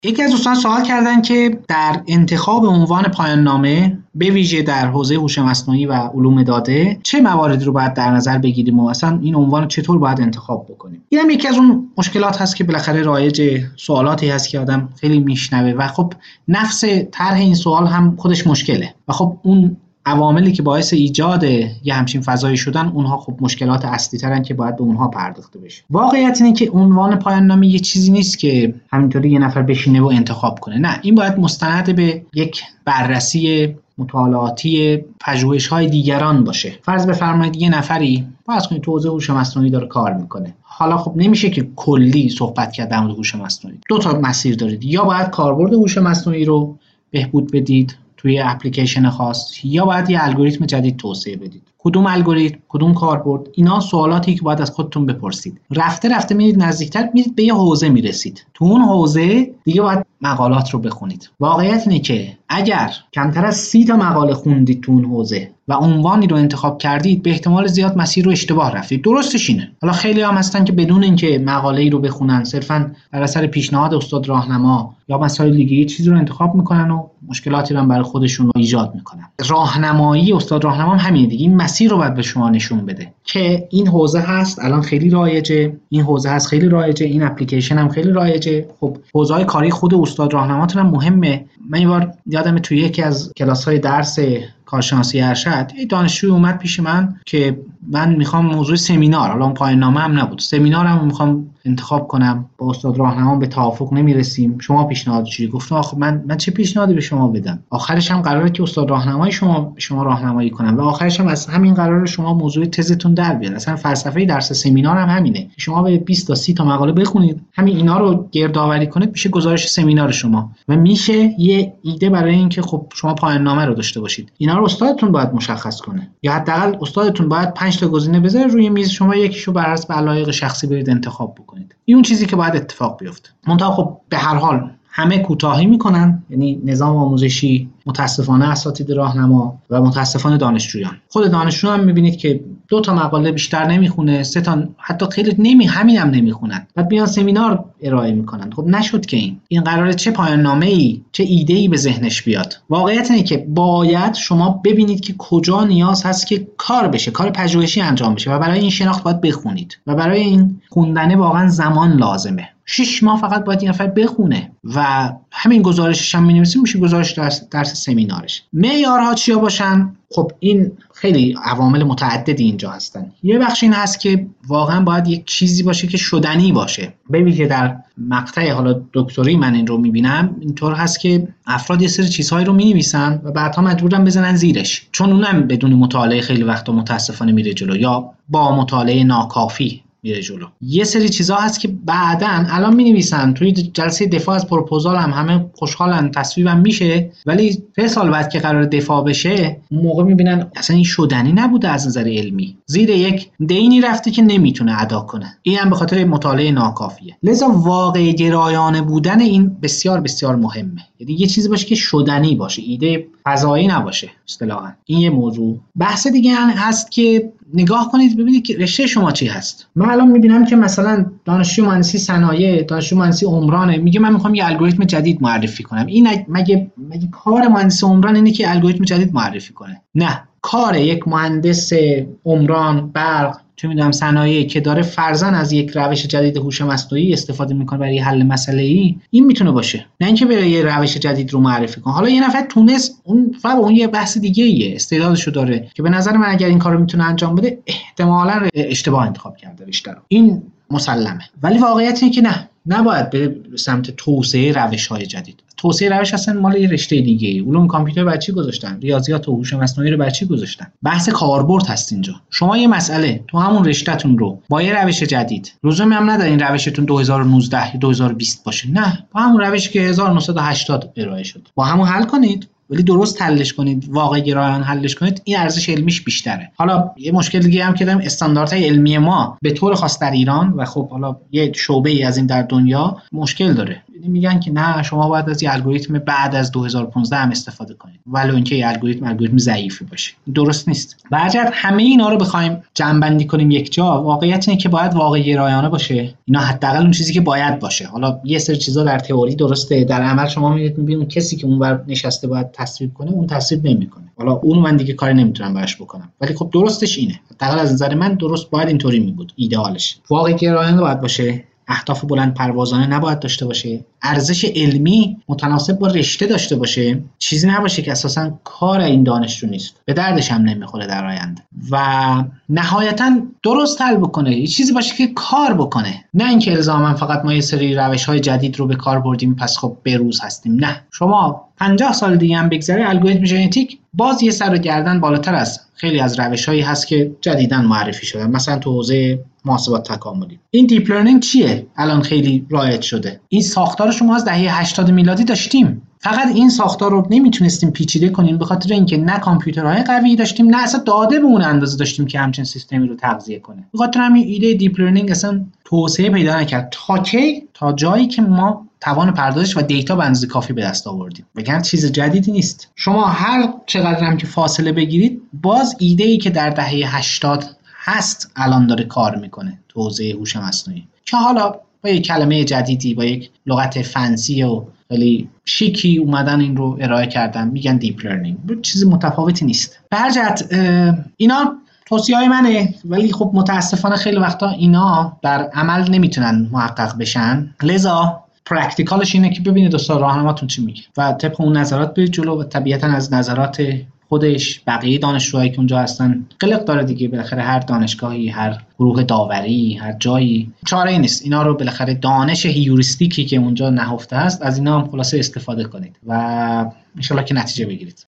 یکی از دوستان سوال کردن که در انتخاب عنوان پایان نامه به ویژه در حوزه هوش مصنوعی و علوم داده چه مواردی رو باید در نظر بگیریم و اصلا این عنوان رو چطور باید انتخاب بکنیم. اینم یکی از اون مشکلات هست که بالاخره رایج سوالاتی هست که آدم خیلی میشنوه و خب نفس طرح این سوال هم خودش مشکله و خب اون عواملی که باعث ایجاد یه همچین فضایی شدن اونها خب مشکلات اصلی ترن که باید به اونها پرداخته بشه. واقعیت اینه که عنوان پایان نامه یه چیزی نیست که همینطوری یه نفر بشینه و انتخاب کنه. نه، این باید مستند به یک بررسی مطالعاتی پژوهش‌های دیگران باشه. فرض بفرمایید یه نفری فرض کنید تو حوزه هوش مصنوعی داره کار میکنه. حالا خب نمیشه که کلی صحبت کرد در مورد هوش مصنوعی. دو تا مسیر دارید، یا باید کاربرد هوش مصنوعی رو بهبود بدید توی اپلیکیشن خاص، یا باید یه الگوریتم جدید توسعه بدید. کدوم الگوریتم، کدوم کاربرد، اینا سوالاتی که باید از خودتون بپرسید. رفته رفته میرید نزدیکتر، میرید به یه حوزه میرسید. تو اون حوزه دیگه باید مقالات رو بخونید. واقعیت اینه که اگر کمتر از 30 تا مقاله خوندید تو اون حوزه و عنوانی رو انتخاب کردید، به احتمال زیاد مسیر رو اشتباه رفتید. درستش اینه. حالا خیلی هم هستن که بدون اینکه مقاله‌ای رو بخونن، صرفاً بر اثر پیشنهاد استاد راهنما یا مسائل دیگه یه چیزی رو انتخاب میکنن و مشکلاتی رو برای خودشون ایجاد میکنن. راهنمایی استاد راهنما هم همین دیگه، این مسیر رو باید به شما نشون بده که این حوزه هست، الان خیلی رایجه، این حوزه هست خیلی رایجه، این اپلیکیشن هم خیلی رایجه. خب حوزه‌های کاری خود استاد راهنماتون هم مهمه. من یه بار یادم توی یکی از کلاس‌های درس کارشناسی ارشد یه دانشجوی اومد پیش من که من میخوام موضوع سمینار، حالا اون پایان نامه هم نبود، سمینارم میخوام انتخاب کنم، با استاد راهنما به توافق نمیرسیم، شما پیشنهاد چی؟ گفتم آخه من چه پیشنهادی به شما بدم؟ آخرش هم قراره که استاد راهنمای شما راهنمایی کنم و آخرش هم از همین قراره شما موضوع تزتون در بیاد. اصلا فلسفه درس سمینار هم همینه، شما به 20 تا 30 تا مقاله بخونید، همین اینا رو گردآوری کنید، میشه گزارش سمینار شما و میشه یه ایده برای اینکه خب شما پایان نامه رو داشته باشید. اینا رو استادتون باید مشخص کنه، یا حداقل استادتون باید 5 تا گزینه بذاره روی میز، شما یکیشو بر حسب علایق شخصی برید انتخاب بکنید. این اون چیزی که باید اتفاق بیفته. منتها خب به هر حال همه کوتاهی میکنن، یعنی نظام آموزشی، متاسفانه اساتید راهنما و متاسفانه دانشجویان. خود دانشجو هم میبینید که 2 تا مقاله بیشتر نمیخونه، 3 تا حتی خیلی همینم نمیخونن، بعد میان سمینار ارائه میکنن. خب نشد که این قراره چه پایان نامه‌ای، چه ایده‌ای به ذهنش بیاد. واقعیت اینه که باید شما ببینید که کجا نیاز هست که کار بشه، کار پژوهشی انجام بشه و برای این شناخت باید بخونید و برای این خوندن واقعا زمان لازمه. 6 ماه فقط باید این نفر بخونه و همین گزارشش هم می‌نویسیم، میشه گزارش درس سمینارش. معیارها چیا باشن؟ خب این خیلی عوامل متعددی اینجا هستن. یه بخش این هست که واقعا باید یک چیزی باشه که شدنی باشه. ببینید که در مقطع حالا دکتری من این رو می‌بینم، اینطور هست که افراد یه سری چیزهایی رو می‌نویسن و بعدها مجبورن بزنن زیرش، چون اونم بدون مطالعه خیلی وقتا متاسفانه میره جلو یا با مطالعه ناکافی میره جلو. یه سری چیزا هست که بعدن الان می‌نویسن توی جلسه دفاع از پروپوزال هم همه خوشحالن، تصویبم میشه، ولی 3 سال بعد که قرار دفاع بشه اون موقع میبینن اصلا این شدنی نبوده، از نظر علمی زیر یک دینی رفته که نمیتونه ادا کنه. این هم به خاطر مطالعه ناکافیه. لذا واقع گرایانه بودن این بسیار بسیار مهمه. یعنی یه چیزی باشه که شدنی باشه، ایده فضایی نباشه اصطلاحاً. این یه موضوع. بحث دیگه هست که نگاه کنید ببینید که رشته شما چی هست. من الان میبینم که مثلا دانشجو مهندسی صنایع، دانشجو مهندسی عمرانه، میگه من میخوام یه الگوریتم جدید معرفی کنم. این مگه کار مهندس عمران اینه که الگوریتم جدید معرفی کنه؟ نه، کار یک مهندس عمران، برق، چه میدونم صنایع که داره فرضاً از یک روش جدید هوش مصنوعی استفاده میکنه برای حل مسئله‌ای، این میتونه باشه، نه اینکه بره یه روش جدید رو معرفی کنه. حالا یه نفر تونست اون یه بحث دیگه ایه، استعدادشو داره که به نظر من اگر این کارو میتونه انجام بده احتمالاً اشتباه انتخاب کرده رشته رو، این مسلمه. ولی واقعیت اینه که نه، نباید بره سمت توسعه روش‌های جدید. توسعه روش اصلا مال یه رشته دیگه‌ای. علوم کامپیوتر برای چی گذاشتن؟ ریاضیات و هوش مصنوعی رو برای چی گذاشتن؟ بحث کاربرد هست اینجا. شما یه مسئله تو همون رشته‌تون رو با یه روش جدید، لزومی هم نداره این روشتون 2019 یا 2020 باشه، نه، با همون روشی که 1980 ارائه شد با همون حل کنید، ولی درست حلش کنید، واقع گرایانه حلش کنید، این ارزش علمیش بیشتره. حالا یه مشکل دیگه هم که داریم، استانداردهای علمی ما به طور خاص در ایران و خب حالا یه شعبه‌ای از این در دنیا مشکل داره. میگن که نه شما باید از یه الگوریتم بعد از 2015 هم استفاده کنید ولو اینکه یه الگوریتم ضعیفی باشه. درست نیست. برجت همه اینا رو بخوایم جمع کنیم یک جا، واقعیت اینه که باید واقع گرایانه باشه. اینا حداقل اون چیزی که باید باشه. حالا یه سری چیزا در تئوری درسته، در عمل شما میبینید کسی که اونور نشسته باید تصویب کنه اون تصویب نمیکنه. حالا اونو من دیگه کاری نمیتونم براش بکنم، ولی خب درستش اینه. حداقل از نظر من درست باید اینطوری میبود. ایدئالش واقع گرایانه باید باشه، اهداف بلند پروازانه نباید داشته باشه، ارزش علمی متناسب با رشته داشته باشه، چیزی نباشه که اساساً کار این دانشجو نیست، به دردش هم نمیخوره در آینده، و نهایتاً درست حل بکنه، یه چیزی باشه که کار بکنه، نه اینکه الزاما فقط ما یه سری روش‌های جدید رو به کار بردیم پس خب بروز هستیم. نه، شما 50 سال دیگه هم بگذره الگوریتم ژنتیک باز یه سر و گردن بالاتر از خیلی از روش‌هایی هست که جدیداً معرفی شدن، مثلا تو حوزه محاسبات تکاملی. این دیپ لرنینگ چیه؟ الان خیلی رایج شده. این ساختار شما از دهه 80 میلادی داشتیم، فقط این ساختار رو نمیتونستیم پیچیده کنیم به خاطر اینکه نه کامپیوترهای قوی داشتیم، نه اصلا داده به اون اندازه داشتیم که همچین سیستمی رو تغذیه کنه. به خاطر همین ایده دیپ لرنینگ اصلا توسعه پیدا نکرد تا جایی که ما توان پردازش و دیتا به اندازه کافی به دست آوردیم. وگرنه چیز جدیدی نیست. شما هر چقدر هم که فاصله بگیرید، باز ایده‌ای که در دهه 80 هست الان داره کار میکنه تو حوزه هوش مصنوعی، که حالا با یک کلمه جدیدی، با یک لغت فنسی و خیلی شیکی اومدن این رو ارائه کردن، میگن دیپ لرنینگ. چیز متفاوتی نیست. به هر جهت اینا توصیه‌های منه، ولی خب متاسفانه خیلی وقتا اینا در عمل نمیتونن محقق بشن. لذا پرکتیکالش اینه که ببینید استاد راهنماتون چی میگه و طبق اون نظرات برید جلو، و طبیعتاً از نظرات خودش بقیه دانشجوهایی که اونجا هستن قلق داره دیگه. بالاخره هر دانشگاهی، هر گروه داوری، هر جایی چاره‌ای نیست. اینا رو بالاخره دانش هیوریستیکی که اونجا نهفته است، از اینا هم خلاصه استفاده کنید و ان شاءالله که نتیجه بگیرید.